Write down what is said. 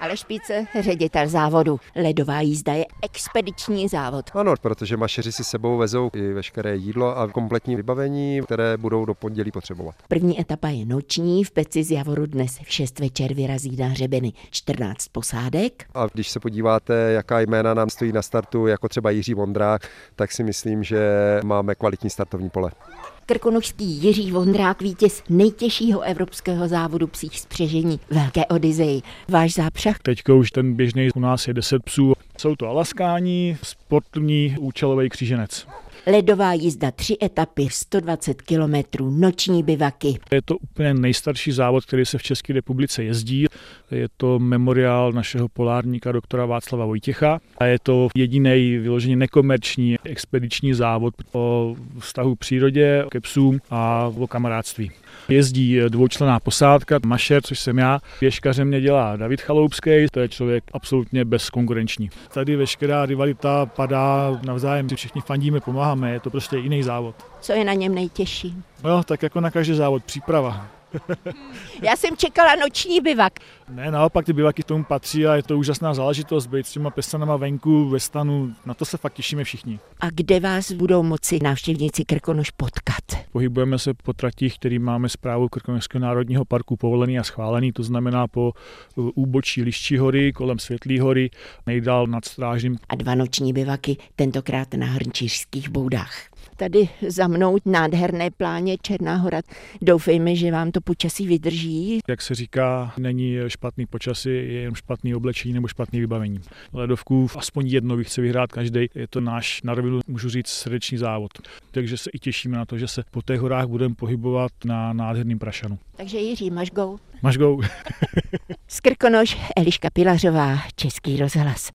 Ale Špice, ředitel závodu. Ledová jízda je expediční závod. Ano, protože mašeři si sebou vezou i veškeré jídlo a kompletní vybavení, které budou do pondělí potřebovat. První etapa je noční, v Peci z Javoru dnes v 6 večer vyrazí na hřebeny 14 posádek. A když se podíváte, jaká jména nám stojí na startu, jako třeba Jiří Vondrák, tak si myslím, že máme kvalitní startovní pole. Krkonošský Jiří Vondrák, vítěz nejtěžšího evropského závodu psích spřežení Velké Odyseji. Váš zápřah? Teďka už ten běžný u nás je 10 psů. Jsou to Alaskáni, sportovní účelový kříženec. Ledová jízda 3 etapy, 120 kilometrů, noční bivaky. Je to úplně nejstarší závod, který se v České republice jezdí. Je to memoriál našeho polárníka doktora Václava Vojtěcha. A je to jediný vyloženě nekomerční expediční závod o vztahu k přírodě, ke psům a o kamarádství. Jezdí dvoučlenná posádka, mašer, což jsem já. Běžkařem mě dělá David Chaloupský, to je člověk absolutně bezkonkurenční. Tady veškerá rivalita padá navzájem, všichni fandíme, pomáháme, je to prostě jiný závod. Co je na něm nejtěžší? No, tak jako na každý závod, příprava. Já jsem čekala noční bivak. Ne, naopak ty bivaky k tomu patří a je to úžasná záležitost, být s těma pestanama venku, ve stanu, na to se fakt těšíme všichni. A kde vás budou moci návštěvníci Krkonoš potkat? Pohybujeme se po tratích, který máme správu Krkonošského národního parku povolený a schválený, to znamená po úbočí Liščí hory, kolem Světlý hory, nejdál nad Strážným. A 2 noční bivaky, tentokrát na Hrnčířských Boudách. Tady za mnou nádherné pláně Černá hora. Doufejme, že vám to počasí vydrží. Jak se říká, není špatný počasí, je jen špatný oblečení nebo špatný vybavení. Ledovku aspoň jedno chce vyhrát každý. Je to náš, na rovinu můžu říct, srdeční závod. Takže se i těšíme na to, že se po těch horách budeme pohybovat na nádherném prašanu. Takže Jiří, máš go? Máš go. Z Krkonoš Eliška Pilařová, Český rozhlas.